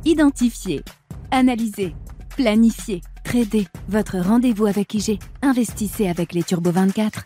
Identifier, analyser, planifier, trader. Votre rendez-vous avec IG. Investissez avec les Turbo 24.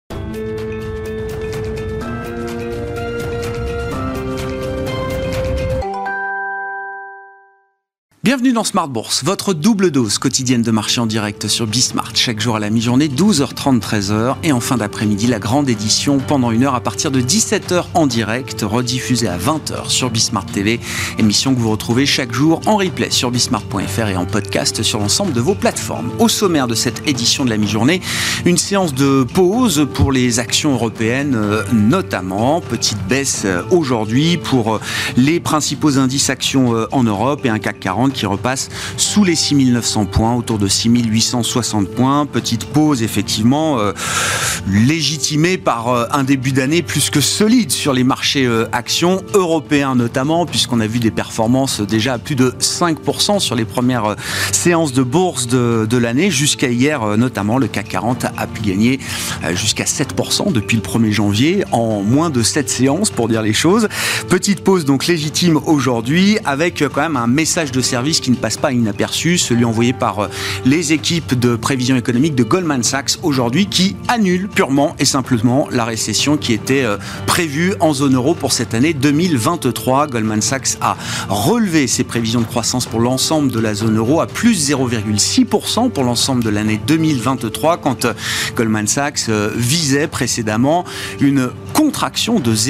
Bienvenue dans Smart Bourse, votre double dose quotidienne de marché en direct sur Bismart. Chaque jour à la mi-journée, 12h30, 13h. Et en fin d'après-midi, la grande édition pendant une heure à partir de 17h en direct, rediffusée à 20h sur Bismart TV. Émission que vous retrouvez chaque jour en replay sur bismart.fr et en podcast sur l'ensemble de vos plateformes. Au sommaire de cette édition de la mi-journée, une séance de pause pour les actions européennes notamment. Petite baisse aujourd'hui pour les principaux indices actions en Europe et un CAC 40 qui repasse sous les 6900 points, autour de 6860 points. Petite pause effectivement légitimée par un début d'année plus que solide sur les marchés actions européens notamment, puisqu'on a vu des performances déjà à plus de 5% sur les premières séances de bourse de l'année. Jusqu'à hier notamment, le CAC 40 a pu gagner jusqu'à 7% depuis le 1er janvier en moins de 7 séances pour dire les choses. Petite pause donc légitime aujourd'hui avec quand même un message de service qui ne passe pas inaperçu, celui envoyé par les équipes de prévision économique de Goldman Sachs aujourd'hui, qui annule purement et simplement la récession qui était prévue en zone euro pour cette année 2023. Goldman Sachs a relevé ses prévisions de croissance pour l'ensemble de la zone euro à plus 0,6% pour l'ensemble de l'année 2023, quand Goldman Sachs visait précédemment une contraction de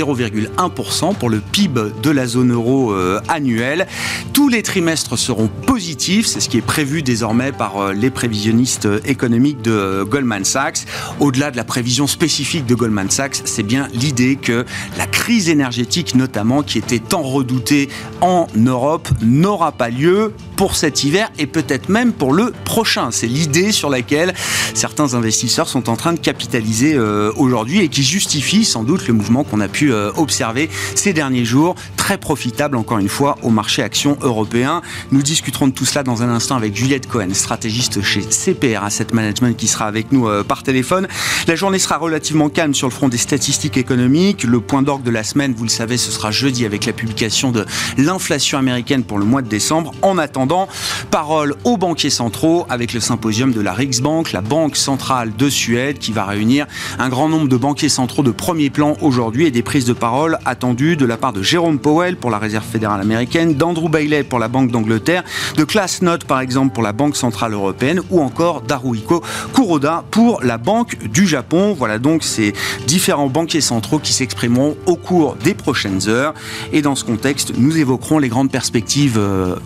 0,1% pour le PIB de la zone euro annuelle. Tous les trimestres seront positifs, c'est ce qui est prévu désormais par les prévisionnistes économiques de Goldman Sachs. Au-delà de la prévision spécifique de Goldman Sachs, c'est bien l'idée que la crise énergétique notamment, qui était tant redoutée en Europe, n'aura pas lieu pour cet hiver et peut-être même pour le prochain. C'est l'idée sur laquelle certains investisseurs sont en train de capitaliser aujourd'hui et qui justifie sans doute le mouvement qu'on a pu observer ces derniers jours, très profitable encore une fois au marché actions européen. Nous discuterons de tout cela dans un instant avec Juliette Cohen, stratégiste chez CPR Asset Management, qui sera avec nous par téléphone. La journée sera relativement calme sur le front des statistiques économiques. Le point d'orgue de la semaine, vous le savez, ce sera jeudi avec la publication de l'inflation américaine pour le mois de décembre. En attendant, parole aux banquiers centraux avec le symposium de la Riksbank, la banque centrale de Suède, qui va réunir un grand nombre de banquiers centraux de premier plan aujourd'hui, et des prises de parole attendues de la part de Jérôme Powell pour la Réserve fédérale américaine, d'Andrew Bailey pour la Banque d'Angleterre, de Klaas Knot par exemple pour la Banque centrale européenne, ou encore d'Haruhiko Kuroda pour la Banque du Japon. Voilà donc ces différents banquiers centraux qui s'exprimeront au cours des prochaines heures. Et dans ce contexte, nous évoquerons les grandes perspectives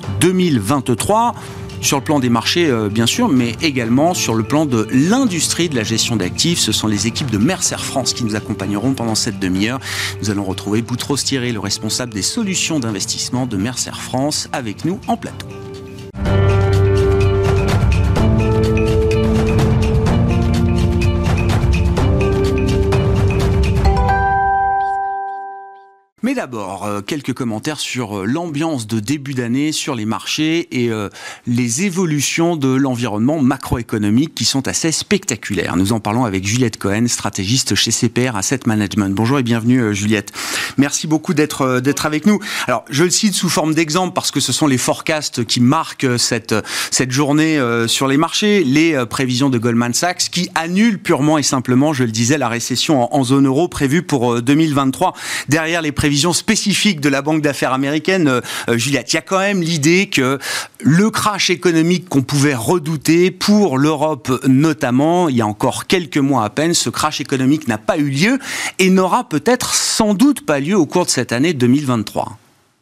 2023 sur le plan des marchés, bien sûr, mais également sur le plan de l'industrie de la gestion d'actifs. Ce sont les équipes de Mercer France qui nous accompagneront pendant cette demi-heure. Nous allons retrouver Boutros Thierry, le responsable des solutions d'investissement de Mercer France, avec nous en plateau. Mais d'abord, quelques commentaires sur l'ambiance de début d'année sur les marchés et les évolutions de l'environnement macroéconomique qui sont assez spectaculaires. Nous en parlons avec Juliette Cohen, stratégiste chez CPR Asset Management. Bonjour et bienvenue Juliette. Merci beaucoup d'être avec nous. Alors, je le cite sous forme d'exemple parce que ce sont les forecasts qui marquent cette journée sur les marchés. Les prévisions de Goldman Sachs qui annulent purement et simplement, je le disais, la récession en zone euro prévue pour 2023. Derrière les prévisions spécifiques de la banque d'affaires américaine, Juliette, il y a quand même l'idée que le crash économique qu'on pouvait redouter pour l'Europe notamment, il y a encore quelques mois à peine, ce crash économique n'a pas eu lieu et n'aura peut-être sans doute pas lieu au cours de cette année 2023.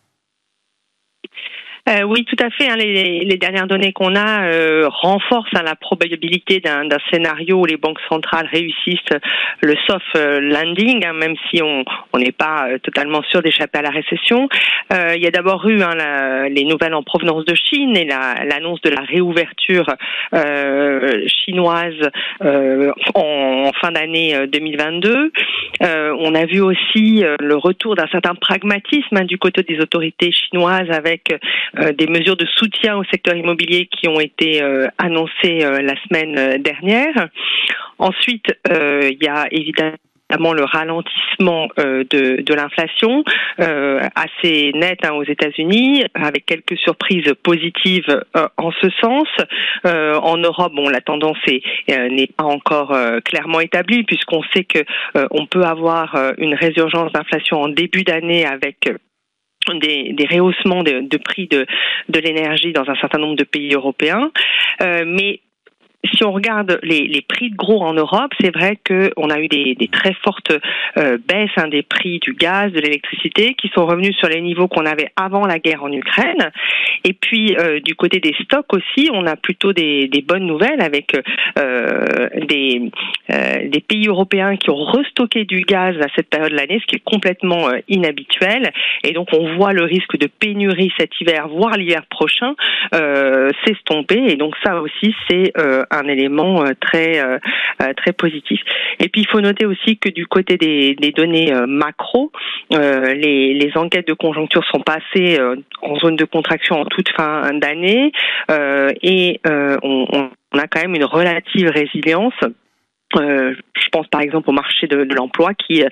Oui, tout à fait. Les dernières données qu'on a renforcent la probabilité d'un scénario où les banques centrales réussissent le soft landing, même si on n'est pas totalement sûr d'échapper à la récession. Il y a d'abord eu les nouvelles en provenance de Chine et l'annonce de la réouverture chinoise en fin d'année 2022. On a vu aussi le retour d'un certain pragmatisme du côté des autorités chinoises avec des mesures de soutien au secteur immobilier qui ont été annoncées la semaine dernière. Ensuite, il y a évidemment évidemment le ralentissement de l'inflation assez net aux États-Unis, avec quelques surprises positives en ce sens. En Europe, la tendance n'est pas encore clairement établie, puisqu'on sait que on peut avoir une résurgence d'inflation en début d'année avec des rehaussements de prix de l'énergie dans un certain nombre de pays européens, mais si on regarde les prix de gros en Europe, c'est vrai qu'on a eu des très fortes baisses des prix du gaz, de l'électricité, qui sont revenus sur les niveaux qu'on avait avant la guerre en Ukraine. Et puis, du côté des stocks aussi, on a plutôt des bonnes nouvelles avec des pays européens qui ont restocké du gaz à cette période de l'année, ce qui est complètement inhabituel. Et donc, on voit le risque de pénurie cet hiver, voire l'hiver prochain, s'estomper. Et donc, ça aussi, c'est un élément très positif. Et puis il faut noter aussi que du côté des données macro, les enquêtes de conjoncture sont passées en zone de contraction en toute fin d'année et on a quand même une relative résilience. Je pense par exemple au marché de l'emploi qui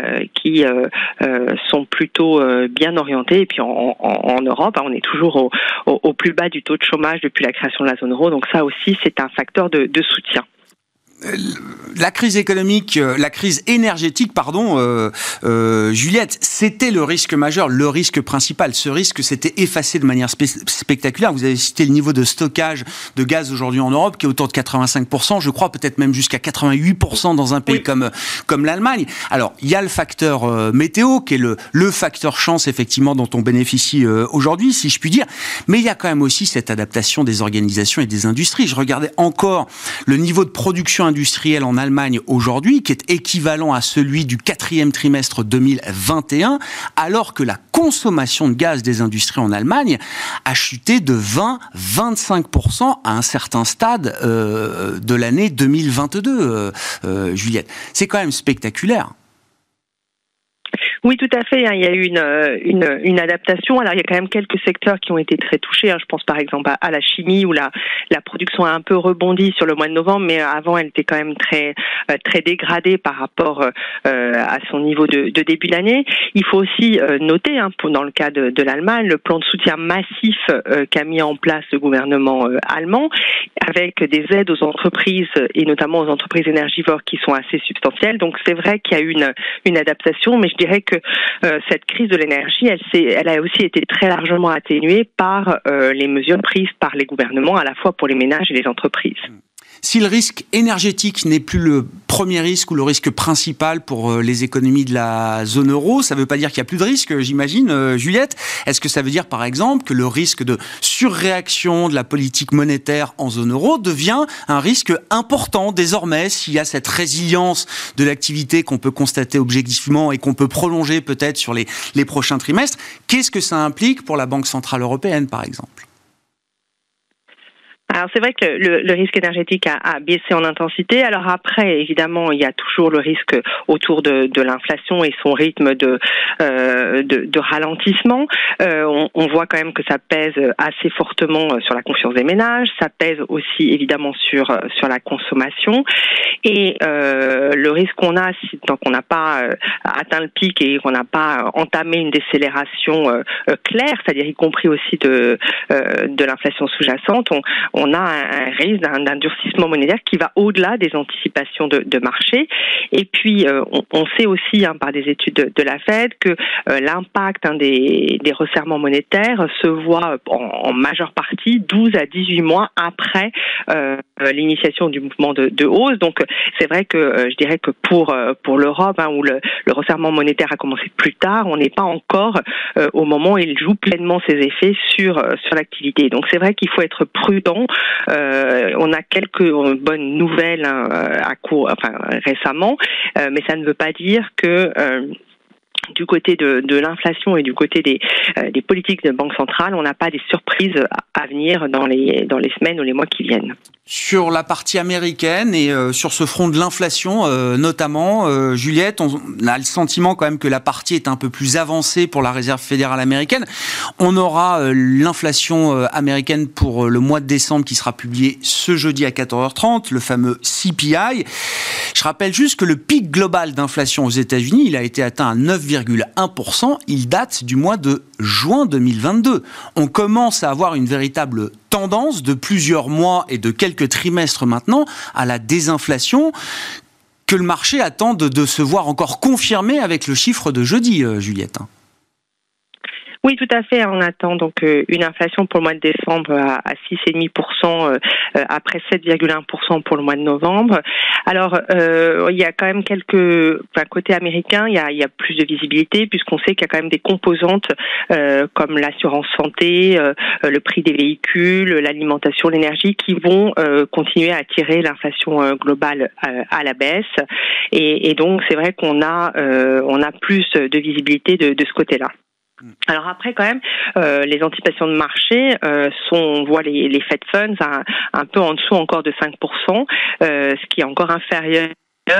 sont plutôt bien orientés. Et puis en Europe, on est toujours au plus bas du taux de chômage depuis la création de la zone euro. Donc ça aussi, c'est un facteur de soutien. La crise économique, la crise énergétique, Juliette, c'était le risque majeur, le risque principal. Ce risque s'était effacé de manière spectaculaire. Vous avez cité le niveau de stockage de gaz aujourd'hui en Europe, qui est autour de 85%, je crois peut-être même jusqu'à 88% dans un pays comme l'Allemagne. Alors, il y a le facteur météo, qui est le facteur chance, effectivement, dont on bénéficie aujourd'hui, si je puis dire. Mais il y a quand même aussi cette adaptation des organisations et des industries. Je regardais encore le niveau de production industrielle en Allemagne aujourd'hui, qui est équivalent à celui du 4e trimestre 2021, alors que la consommation de gaz des industries en Allemagne a chuté de 20-25% à un certain stade de l'année 2022, Juliette. C'est quand même spectaculaire. Oui, tout à fait. Il y a eu une adaptation. Alors, il y a quand même quelques secteurs qui ont été très touchés. Je pense par exemple à la chimie, où la production a un peu rebondi sur le mois de novembre, mais avant, elle était quand même très dégradée par rapport à son niveau de début d'année. Il faut aussi noter, dans le cas de l'Allemagne, le plan de soutien massif qu'a mis en place le gouvernement allemand, avec des aides aux entreprises et notamment aux entreprises énergivores qui sont assez substantielles. Donc, c'est vrai qu'il y a eu une adaptation, mais je dirais que cette crise de l'énergie, elle a aussi été très largement atténuée par les mesures prises par les gouvernements, à la fois pour les ménages et les entreprises. Si le risque énergétique n'est plus le premier risque ou le risque principal pour les économies de la zone euro, ça ne veut pas dire qu'il n'y a plus de risque, j'imagine, Juliette. Est-ce que ça veut dire, par exemple, que le risque de surréaction de la politique monétaire en zone euro devient un risque important désormais, s'il y a cette résilience de l'activité qu'on peut constater objectivement et qu'on peut prolonger peut-être sur les prochains trimestres? Qu'est-ce que ça implique pour la Banque Centrale Européenne, par exemple? Alors c'est vrai que le risque énergétique a baissé en intensité. Alors après, évidemment, il y a toujours le risque autour de l'inflation et son rythme de ralentissement. On voit quand même que ça pèse assez fortement sur la confiance des ménages. Ça pèse aussi évidemment sur la consommation. Et le risque qu'on a, tant qu'on n'a pas atteint le pic et qu'on n'a pas entamé une décélération claire, c'est-à-dire y compris aussi de l'inflation sous-jacente, on a un risque d'un durcissement monétaire qui va au-delà des anticipations de marché. Et puis, on sait aussi par des études de la Fed que l'impact des resserrements monétaires se voit en majeure partie 12 à 18 mois après l'initiation du mouvement de hausse. Donc, c'est vrai que je dirais que pour l'Europe, où le resserrement monétaire a commencé plus tard, on n'est pas encore au moment où il joue pleinement ses effets sur l'activité. Donc, c'est vrai qu'il faut être prudent. On a quelques bonnes nouvelles récemment, mais ça ne veut pas dire que du côté de l'inflation et du côté des politiques de banque centrale, on n'a pas des surprises à venir dans les semaines ou les mois qui viennent. Sur la partie américaine et sur ce front de l'inflation notamment, Juliette, on a le sentiment quand même que la partie est un peu plus avancée pour la Réserve fédérale américaine. On aura l'inflation américaine pour le mois de décembre qui sera publié ce jeudi à 14h30, le fameux CPI. Je rappelle juste que le pic global d'inflation aux États-Unis, il a été atteint à 9,1%. Il date du mois de juin 2022. On commence à avoir une véritable tendance de plusieurs mois et de quelques trimestres maintenant à la désinflation que le marché attend de se voir encore confirmer avec le chiffre de jeudi, Juliette. Oui, tout à fait. On attend donc une inflation pour le mois de décembre à 6,5%, après 7,1% pour le mois de novembre. Alors, il y a quand même côté américain, il y a plus de visibilité puisqu'on sait qu'il y a quand même des composantes comme l'assurance santé, le prix des véhicules, l'alimentation, l'énergie qui vont continuer à attirer l'inflation globale à la baisse. Et donc, c'est vrai qu'on a plus de visibilité de ce côté-là. Alors après quand même les anticipations de marché on voit les Fed Funds un peu en dessous encore de 5%, ce qui est encore inférieur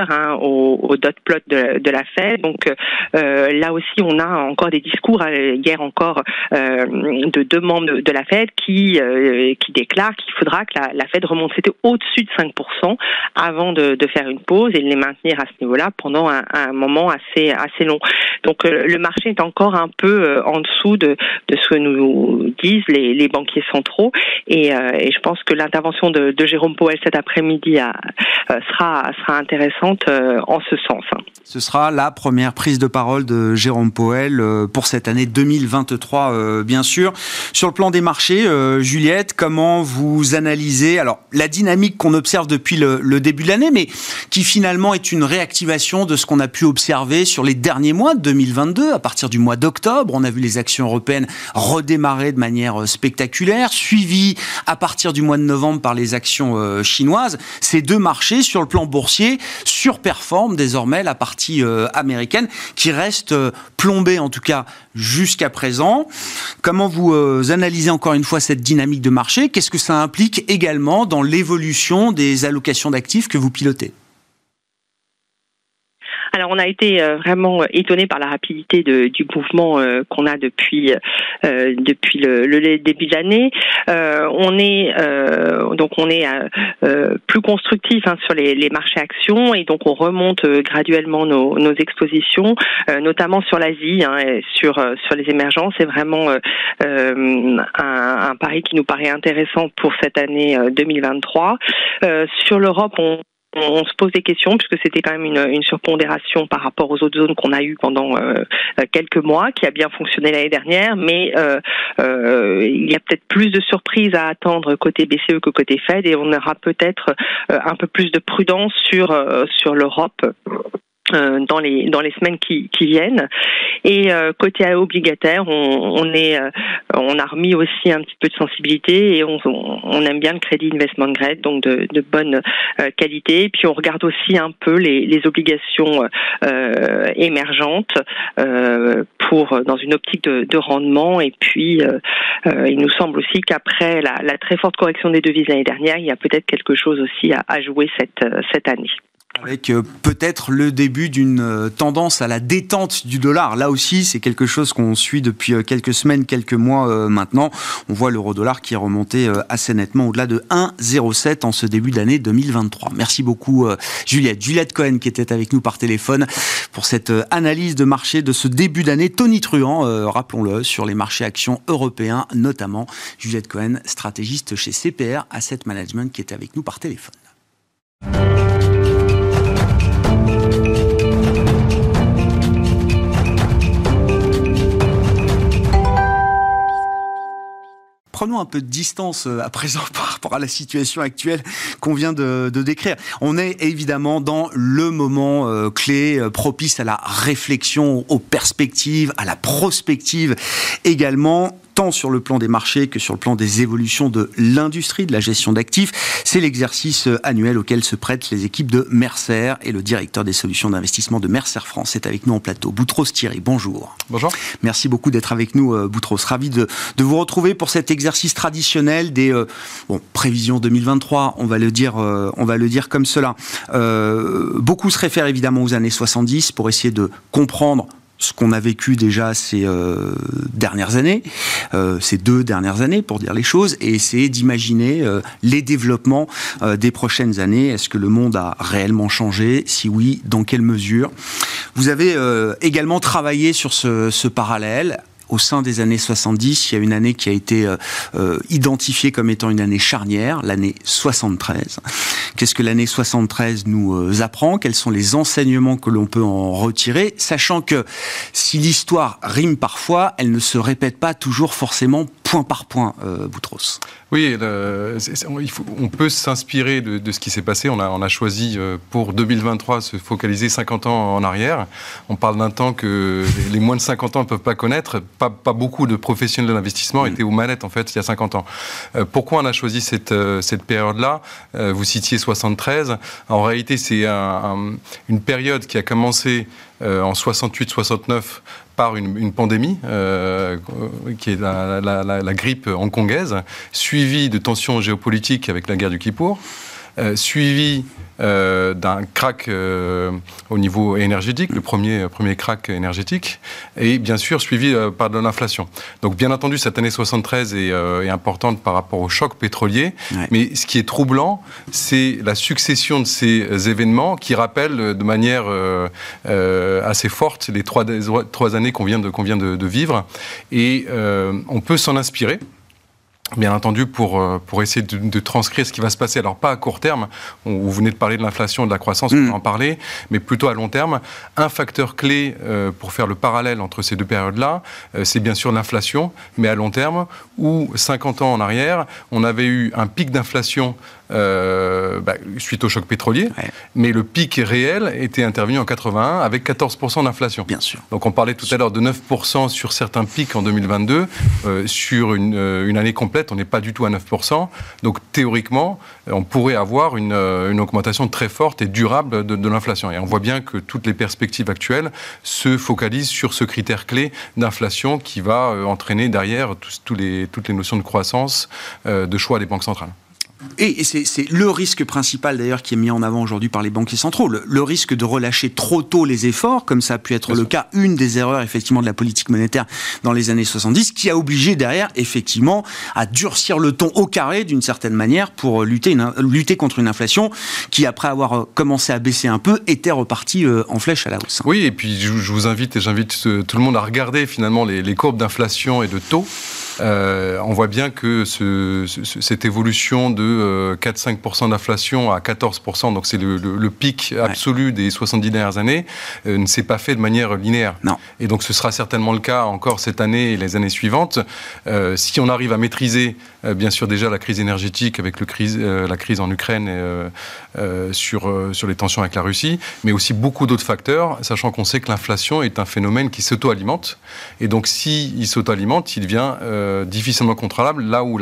au dot plot de la Fed. Donc là aussi on a encore des discours hier encore de deux membres de la Fed qui déclarent qu'il faudra que la Fed remonte c'était au-dessus de 5% avant de faire une pause et de les maintenir à ce niveau-là pendant un moment assez long. Donc le marché est encore un peu en dessous de ce que nous disent les banquiers centraux et je pense que l'intervention de Jérôme Powell cet après-midi sera intéressante en ce sens. Ce sera la première prise de parole de Jérôme Powell pour cette année 2023, bien sûr. Sur le plan des marchés, Juliette, comment vous analysez la dynamique qu'on observe depuis le début de l'année, mais qui finalement est une réactivation de ce qu'on a pu observer sur les derniers mois de 2022. À partir du mois d'octobre, on a vu les actions européennes redémarrer de manière spectaculaire, suivies à partir du mois de novembre par les actions chinoises. Ces deux marchés, sur le plan boursier, surperforme désormais la partie américaine qui reste plombée en tout cas jusqu'à présent. Comment vous analysez encore une fois cette dynamique de marché? Qu'est-ce que ça implique également dans l'évolution des allocations d'actifs que vous pilotez? Alors on a été vraiment étonné par la rapidité du mouvement qu'on a depuis le début de l'année. On est plus constructif sur les marchés actions et donc on remonte graduellement nos expositions, notamment sur l'Asie, et sur les émergents. C'est vraiment un pari qui nous paraît intéressant pour cette année 2023. Sur l'Europe, on se pose des questions puisque c'était quand même une surpondération par rapport aux autres zones qu'on a eues pendant quelques mois, qui a bien fonctionné l'année dernière, mais il y a peut-être plus de surprises à attendre côté BCE que côté Fed et on aura peut-être un peu plus de prudence sur l'Europe dans les semaines qui viennent. Et côté obligataire, on a remis aussi un petit peu de sensibilité et on aime bien le crédit investment grade, donc de bonne qualité. Et puis on regarde aussi un peu les obligations émergentes dans une optique de rendement. Et puis il nous semble aussi qu'après la très forte correction des devises l'année dernière, il y a peut-être quelque chose aussi à jouer cette année. Avec peut-être le début d'une tendance à la détente du dollar. Là aussi, c'est quelque chose qu'on suit depuis quelques semaines, quelques mois maintenant. On voit l'euro-dollar qui est remonté assez nettement au-delà de 1,07 en ce début d'année 2023. Merci beaucoup Juliette Cohen qui était avec nous par téléphone pour cette analyse de marché de ce début d'année tonitruant, rappelons-le, sur les marchés actions européens notamment. Juliette Cohen, stratégiste chez CPR Asset Management qui était avec nous par téléphone. Prenons un peu de distance à présent par rapport à la situation actuelle qu'on vient de décrire. On est évidemment dans le moment clé, propice à la réflexion, aux perspectives, à la prospective également. tant sur le plan des marchés que sur le plan des évolutions de l'industrie de la gestion d'actifs. C'est l'exercice annuel auquel se prêtent les équipes de Mercer, et le directeur des solutions d'investissement de Mercer France est avec nous en plateau. Boutros Thierry, bonjour. Bonjour. Merci beaucoup d'être avec nous, Boutros. Ravi de vous retrouver pour cet exercice traditionnel des prévisions 2023, on va le dire comme cela. Beaucoup se réfèrent évidemment aux années 70 pour essayer de comprendre ce qu'on a vécu déjà ces dernières années, ces 2 dernières années pour dire les choses, et essayer d'imaginer les développements des prochaines années. Est-ce que le monde a réellement changé? Si oui, dans quelle mesure? Vous avez également travaillé sur ce parallèle. Au sein des années 70, il y a une année qui a été identifiée comme étant une année charnière, l'année 73. Qu'est-ce que l'année 73 nous apprend? Quels sont les enseignements que l'on peut en retirer? Sachant que si l'histoire rime parfois, elle ne se répète pas toujours forcément point par point, Boutros. Oui, on peut s'inspirer de ce qui s'est passé. On a choisi pour 2023 se focaliser 50 ans en arrière. On parle d'un temps que les moins de 50 ans ne peuvent pas connaître. Pas beaucoup de professionnels de l'investissement étaient aux manettes en fait il y a 50 ans. Pourquoi on a choisi cette période-là? Vous citiez 73. En réalité, c'est une période qui a commencé en 68-69 par une pandémie, qui est la grippe hongkongaise, suivie de tensions géopolitiques avec la guerre du Kippour, suivi d'un crack au niveau énergétique, le premier crack énergétique, et bien sûr suivi par de l'inflation. Donc bien entendu, cette année 73 est importante par rapport au choc pétrolier, mais ce qui est troublant, c'est la succession de ces événements qui rappellent de manière assez forte les trois années qu'on vient de vivre, et on peut s'en inspirer. Bien entendu, pour essayer de transcrire ce qui va se passer. Alors, pas à court terme, vous venez de parler de l'inflation et de la croissance, on va en parler, mais plutôt à long terme. Un facteur clé pour faire le parallèle entre ces 2 périodes-là, c'est bien sûr l'inflation, mais à long terme, où 50 ans en arrière, on avait eu un pic d'inflation suite au choc pétrolier, mais le pic réel était intervenu en 81 avec 14% d'inflation. Bien sûr. Donc on parlait tout à l'heure de 9% sur certains pics en 2022, sur une année complète, on n'est pas du tout à 9%. Donc théoriquement, on pourrait avoir une augmentation très forte et durable de l'inflation. Et on voit bien que toutes les perspectives actuelles se focalisent sur ce critère clé d'inflation qui va entraîner derrière toutes les notions de croissance, de choix des banques centrales. Et c'est le risque principal d'ailleurs qui est mis en avant aujourd'hui par les banquiers centraux, le risque de relâcher trop tôt les efforts, comme ça a pu être le cas, une des erreurs effectivement de la politique monétaire dans les années 70, qui a obligé derrière effectivement à durcir le ton au carré d'une certaine manière pour lutter contre une inflation qui, après avoir commencé à baisser un peu, était repartie en flèche à la hausse. Oui, et puis je vous invite et j'invite tout le monde à regarder finalement les courbes d'inflation et de taux. On voit bien que cette évolution de 4-5% d'inflation à 14%, donc c'est le pic absolu des 70 dernières années, ne s'est pas fait de manière linéaire. Non. Et donc ce sera certainement le cas encore cette année et les années suivantes. Si on arrive à maîtriser, bien sûr déjà la crise énergétique avec la crise en Ukraine sur les tensions avec la Russie, mais aussi beaucoup d'autres facteurs, sachant qu'on sait que l'inflation est un phénomène qui s'auto-alimente. Et donc s'il s'auto-alimente, il devient difficilement contrôlable, là où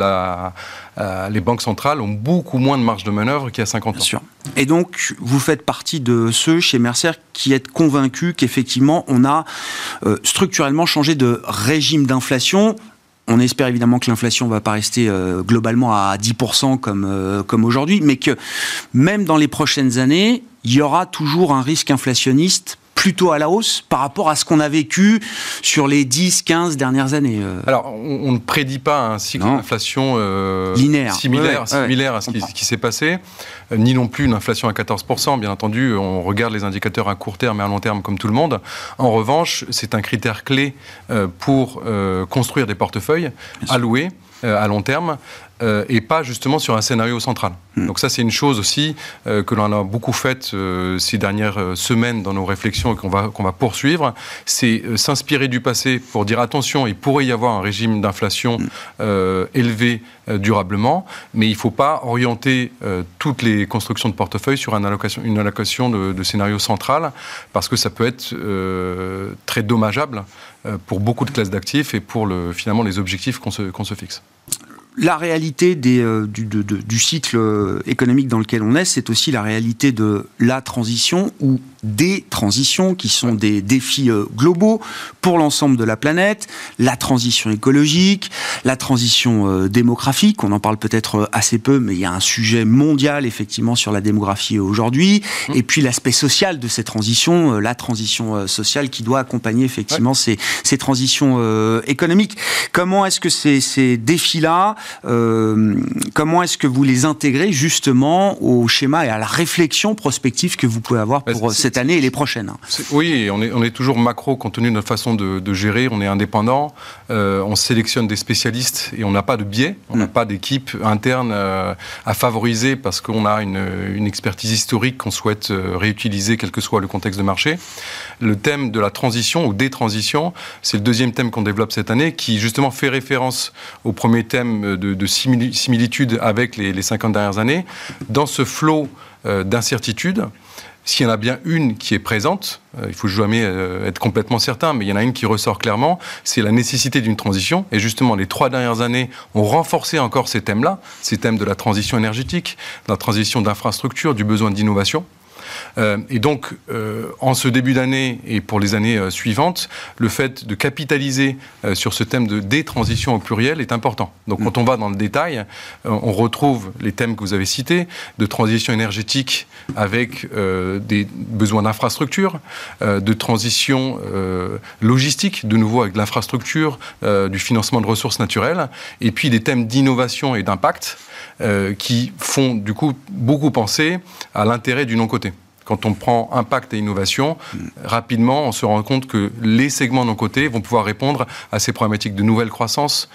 les banques centrales ont beaucoup moins de marge de manœuvre qu'il y a 50 ans. Bien sûr. Et donc, vous faites partie de ceux chez Mercer qui êtes convaincus qu'effectivement, on a structurellement changé de régime d'inflation. On espère évidemment que l'inflation ne va pas rester globalement à 10% comme aujourd'hui, mais que même dans les prochaines années, il y aura toujours un risque inflationniste plutôt à la hausse par rapport à ce qu'on a vécu sur les 10-15 dernières années. Alors, on ne prédit pas un cycle d'inflation linéaire, similaire à ce qui s'est passé, ni non plus une inflation à 14%. Bien entendu, on regarde les indicateurs à court terme et à long terme comme tout le monde. En revanche, c'est un critère clé pour construire des portefeuilles alloués à long terme, et pas justement sur un scénario central. Donc ça, c'est une chose aussi que l'on a beaucoup faite ces dernières semaines dans nos réflexions et qu'on va poursuivre, c'est s'inspirer du passé pour dire attention, il pourrait y avoir un régime d'inflation élevé durablement, mais il ne faut pas orienter toutes les constructions de portefeuille sur une allocation de scénario central, parce que ça peut être très dommageable pour beaucoup de classes d'actifs et pour finalement les objectifs qu'on se fixe. La réalité du cycle économique dans lequel on est, c'est aussi la réalité de la transition ou des transitions qui sont des défis globaux pour l'ensemble de la planète, la transition écologique, la transition démographique, on en parle peut-être assez peu, mais il y a un sujet mondial effectivement sur la démographie aujourd'hui, et puis l'aspect social de ces transitions, la transition sociale qui doit accompagner effectivement ces transitions économiques. Comment est-ce que ces défis-là, comment est-ce que vous les intégrez justement au schéma et à la réflexion prospective que vous pouvez avoir pour cette année et les prochaines? Oui, on est toujours macro compte tenu de notre façon de gérer, on est indépendant, on sélectionne des spécialistes et on n'a pas de biais, on n'a pas d'équipe interne à favoriser parce qu'on a une expertise historique qu'on souhaite réutiliser quel que soit le contexte de marché. Le thème de la transition ou des transitions, c'est le deuxième thème qu'on développe cette année qui justement fait référence au premier thème de similitude avec les 50 dernières années. Dans ce flot d'incertitudes, s'il y en a bien une qui est présente, il ne faut jamais être complètement certain, mais il y en a une qui ressort clairement, c'est la nécessité d'une transition. Et justement, les 3 dernières années ont renforcé encore ces thèmes-là, ces thèmes de la transition énergétique, de la transition d'infrastructure, du besoin d'innovation. Et donc, en ce début d'année et pour les années suivantes, le fait de capitaliser sur ce thème des transitions au pluriel est important. Donc, quand on va dans le détail, on retrouve les thèmes que vous avez cités, de transition énergétique avec des besoins d'infrastructure, de transition logistique, de nouveau avec de l'infrastructure, du financement de ressources naturelles, et puis des thèmes d'innovation et d'impact qui font du coup beaucoup penser à l'intérêt du non-coté. Quand on prend impact et innovation, rapidement, on se rend compte que les segments non-cotés vont pouvoir répondre à ces problématiques de nouvelle croissance,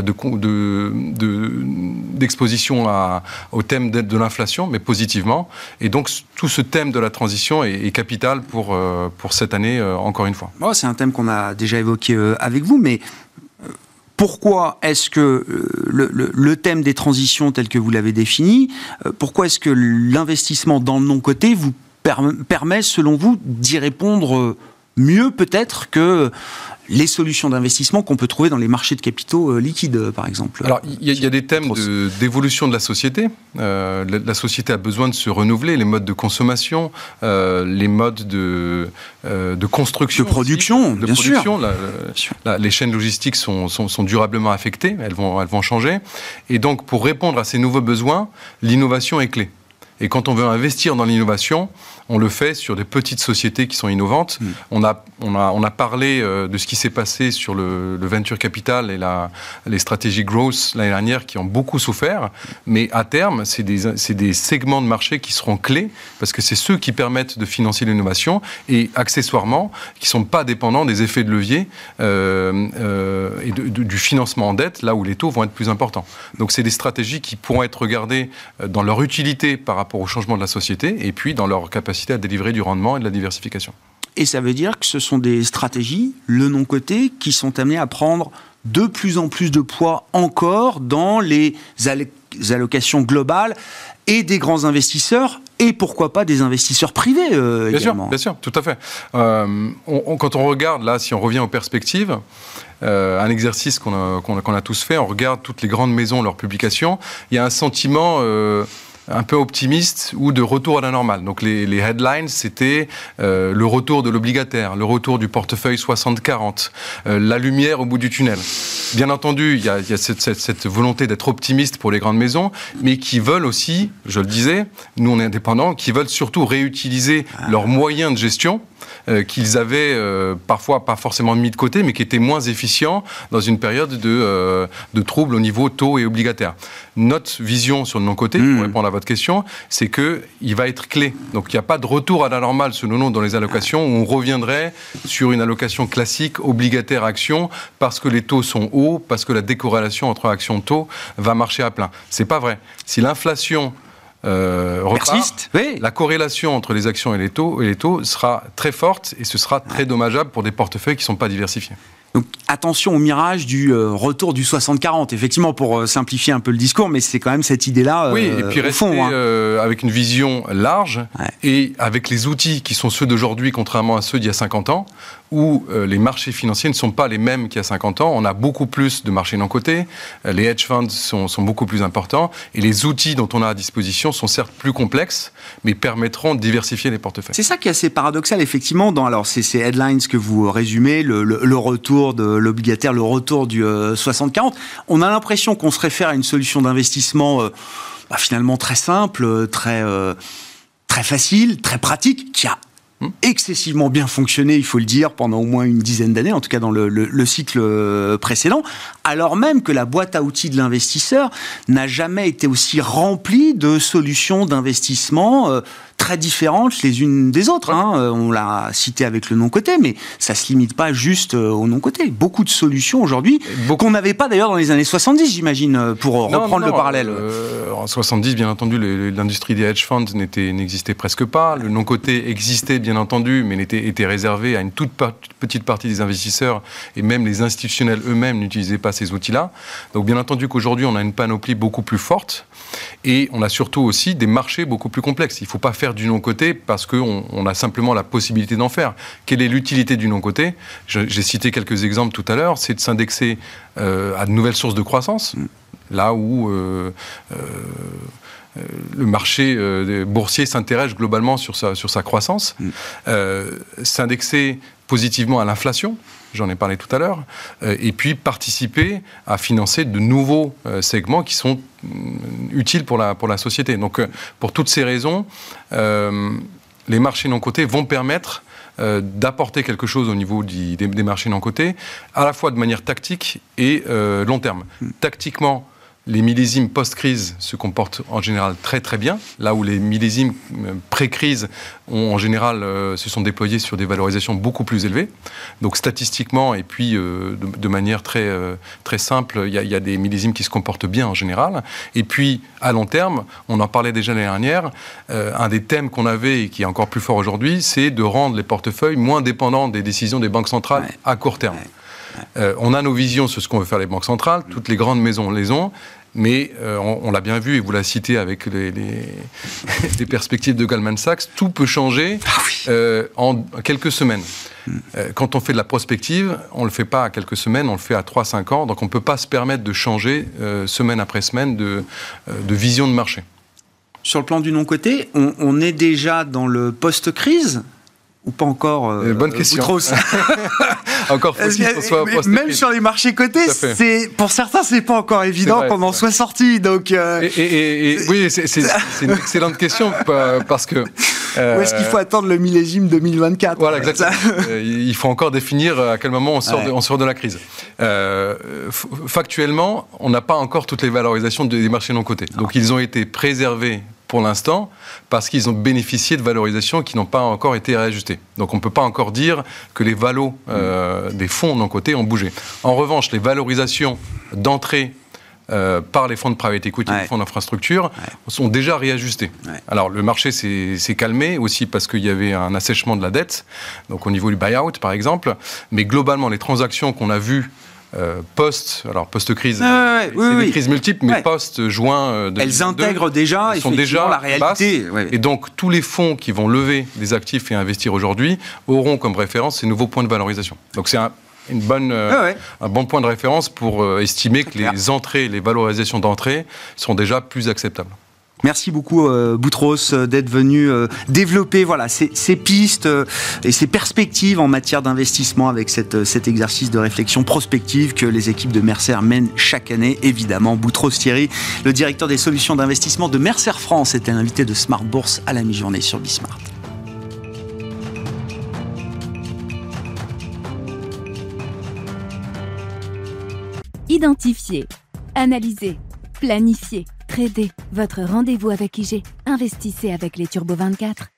d'exposition au thème de l'inflation, mais positivement. Et donc, tout ce thème de la transition est capital pour cette année, encore une fois. Oh, c'est un thème qu'on a déjà évoqué avec vous, mais pourquoi est-ce que le thème des transitions tel que vous l'avez défini, pourquoi est-ce que l'investissement dans le non-coté vous permet, selon vous, d'y répondre mieux peut-être que les solutions d'investissement qu'on peut trouver dans les marchés de capitaux liquides, par exemple? Alors, il y a des thèmes d'évolution de la société. La société a besoin de se renouveler, les modes de consommation, les modes de construction. De production, bien sûr. Les chaînes logistiques sont durablement affectées, elles vont changer. Et donc, pour répondre à ces nouveaux besoins, l'innovation est clé. Et quand on veut investir dans l'innovation, on le fait sur des petites sociétés qui sont innovantes. On a parlé de ce qui s'est passé sur le venture capital et les stratégies growth l'année dernière qui ont beaucoup souffert. Mais à terme, c'est des segments de marché qui seront clés parce que c'est ceux qui permettent de financer l'innovation et accessoirement qui ne sont pas dépendants des effets de levier et du financement en dette, là où les taux vont être plus importants. Donc c'est des stratégies qui pourront être regardées dans leur utilité par rapport au changement de la société et puis dans leur capacité à délivrer du rendement et de la diversification. Et ça veut dire que ce sont des stratégies, le non-coté, qui sont amenées à prendre de plus en plus de poids encore dans les allocations globales et des grands investisseurs et pourquoi pas des investisseurs privés également. Bien sûr, tout à fait. Quand on regarde, là, si on revient aux perspectives, un exercice qu'on a tous fait, on regarde toutes les grandes maisons, leurs publications, il y a un sentiment un peu optimiste ou de retour à la normale. Donc les headlines, c'était le retour de l'obligataire, le retour du portefeuille 60-40, la lumière au bout du tunnel. Bien entendu, il y a cette volonté d'être optimiste pour les grandes maisons, mais qui veulent aussi, je le disais, nous on est indépendants, qui veulent surtout réutiliser leurs moyens de gestion qu'ils avaient parfois pas forcément mis de côté, mais qui étaient moins efficients dans une période de troubles au niveau taux et obligataire. Notre vision sur le non-coté, pour répondre à votre question, c'est qu'il va être clé. Donc il n'y a pas de retour à la normale, selon nous, dans les allocations, où on reviendrait sur une allocation classique, obligataire action, parce que les taux sont hauts, parce que la décorrélation entre actions et taux va marcher à plein. C'est pas vrai. Si l'inflation persiste, la corrélation entre les actions et les taux sera très forte et ce sera très dommageable pour des portefeuilles qui ne sont pas diversifiés. Donc attention au mirage du retour du 60-40, effectivement, pour simplifier un peu le discours, mais c'est quand même cette idée-là oui, et puis rester avec une vision large et avec les outils qui sont ceux d'aujourd'hui, contrairement à ceux d'il y a 50 ans, où les marchés financiers ne sont pas les mêmes qu'il y a 50 ans. On a beaucoup plus de marchés non cotés, les hedge funds sont beaucoup plus importants, et les outils dont on a à disposition sont certes plus complexes, mais permettront de diversifier les portefeuilles. C'est ça qui est assez paradoxal, effectivement, dans ces headlines que vous résumez, le retour de l'obligataire, le retour du 60-40. On a l'impression qu'on se réfère à une solution d'investissement finalement très simple, très facile, très pratique, qui a excessivement bien fonctionné, il faut le dire, pendant au moins une dizaine d'années, en tout cas dans le cycle précédent, alors même que la boîte à outils de l'investisseur n'a jamais été aussi remplie de solutions d'investissement très différentes les unes des autres. On l'a cité avec le non-coté, mais ça ne se limite pas juste au non-coté. Beaucoup de solutions aujourd'hui, qu'on n'avait pas d'ailleurs dans les années 70, j'imagine, pour reprendre le parallèle. En 70, bien entendu, l'industrie des hedge funds n'existait presque pas. Le non-coté existait, bien entendu, mais était réservé à une toute petite partie des investisseurs, et même les institutionnels eux-mêmes n'utilisaient pas ces outils-là. Donc bien entendu qu'aujourd'hui, on a une panoplie beaucoup plus forte, et on a surtout aussi des marchés beaucoup plus complexes. Il ne faut pas faire du non-coté parce qu'on a simplement la possibilité d'en faire. Quelle est l'utilité du non-coté ? J'ai cité quelques exemples tout à l'heure, c'est de s'indexer à de nouvelles sources de croissance, là où le marché boursier s'intéresse globalement sur sa croissance, s'indexer positivement à l'inflation, j'en ai parlé tout à l'heure, et puis participer à financer de nouveaux segments qui sont utiles pour la société. Donc, pour toutes ces raisons, les marchés non cotés vont permettre d'apporter quelque chose au niveau des marchés non cotés, à la fois de manière tactique et long terme. Tactiquement, les millésimes post-crise se comportent en général très très bien, là où les millésimes pré-crise en général se sont déployés sur des valorisations beaucoup plus élevées. Donc statistiquement et puis de manière très, très simple, il y a des millésimes qui se comportent bien en général. Et puis à long terme, on en parlait déjà l'année dernière, un des thèmes qu'on avait et qui est encore plus fort aujourd'hui, c'est de rendre les portefeuilles moins dépendants des décisions des banques centrales à court terme. On a nos visions sur ce qu'on veut faire les banques centrales, toutes les grandes maisons les ont, mais on l'a bien vu, et vous l'avez cité avec les perspectives de Goldman Sachs, tout peut changer en quelques semaines. Quand on fait de la prospective, on ne le fait pas à quelques semaines, on le fait à 3-5 ans, donc on ne peut pas se permettre de changer semaine après semaine de vision de marché. Sur le plan du non-coté, on est déjà dans le post-crise ? Ou pas encore bonne question. Encore faut-il qu'on soit post-crise. Même sur les marchés cotés, pour certains, c'est pas encore évident qu'on en soit sorti. Donc, oui, c'est une excellente question parce que. Où est-ce qu'il faut attendre le millésime 2024 ? Voilà, exactement. Il faut encore définir à quel moment on sort de la crise. Factuellement, on n'a pas encore toutes les valorisations des marchés non cotés. Donc, ils ont été préservés pour l'instant, parce qu'ils ont bénéficié de valorisations qui n'ont pas encore été réajustées. Donc on ne peut pas encore dire que les valos des fonds non cotés ont bougé. En revanche, les valorisations d'entrée par les fonds de private equity, les fonds d'infrastructure, sont déjà réajustés. Alors le marché s'est calmé aussi parce qu'il y avait un assèchement de la dette, donc au niveau du buy-out par exemple, mais globalement les transactions qu'on a vues post-crise, des crises multiples, mais post-juin 2022. Elles intègrent déjà, sont déjà la réalité. Et donc, tous les fonds qui vont lever des actifs et investir aujourd'hui auront comme référence ces nouveaux points de valorisation. Donc, c'est un bon point de référence pour estimer que les entrées, les valorisations d'entrée sont déjà plus acceptables. Merci beaucoup Boutros d'être venu développer ces pistes et ces perspectives en matière d'investissement avec cet exercice de réflexion prospective que les équipes de Mercer mènent chaque année. Évidemment, Boutros Thierry, le directeur des solutions d'investissement de Mercer France, était l'invité de Smart Bourse à la mi-journée sur Bismart. Identifiez, analysez, planifiez, tradez. Votre rendez-vous avec IG. Investissez avec les Turbo 24.